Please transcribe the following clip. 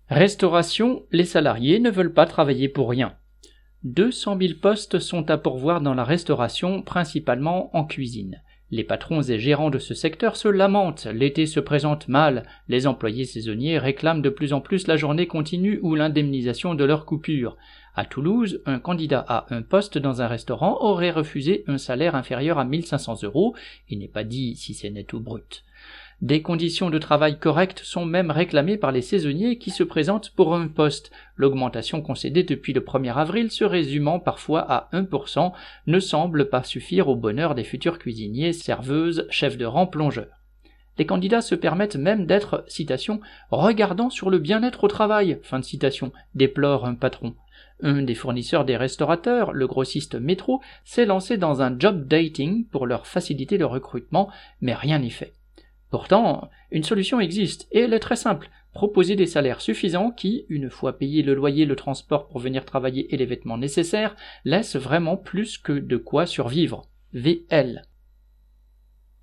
Restauration, les salariés ne veulent pas travailler pour rien. 200 000 postes sont à pourvoir dans la restauration, principalement en cuisine. Les patrons et gérants de ce secteur se lamentent, l'été se présente mal, les employés saisonniers réclament de plus en plus la journée continue ou l'indemnisation de leur coupure. À Toulouse, un candidat à un poste dans un restaurant aurait refusé un salaire inférieur à 1 500 €, il n'est pas dit si c'est net ou brut. Des conditions de travail correctes sont même réclamées par les saisonniers qui se présentent pour un poste. L'augmentation concédée depuis le 1er avril, se résumant parfois à 1%, ne semble pas suffire au bonheur des futurs cuisiniers, serveuses, chefs de rang, plongeurs. Les candidats se permettent même d'être, citation, « regardant sur le bien-être au travail », fin de citation, déplore un patron. Un des fournisseurs des restaurateurs, le grossiste Métro, s'est lancé dans un job dating pour leur faciliter le recrutement, mais rien n'y fait. Pourtant, une solution existe, et elle est très simple, proposer des salaires suffisants qui, une fois payé le loyer, le transport pour venir travailler et les vêtements nécessaires, laissent vraiment plus que de quoi survivre. VL.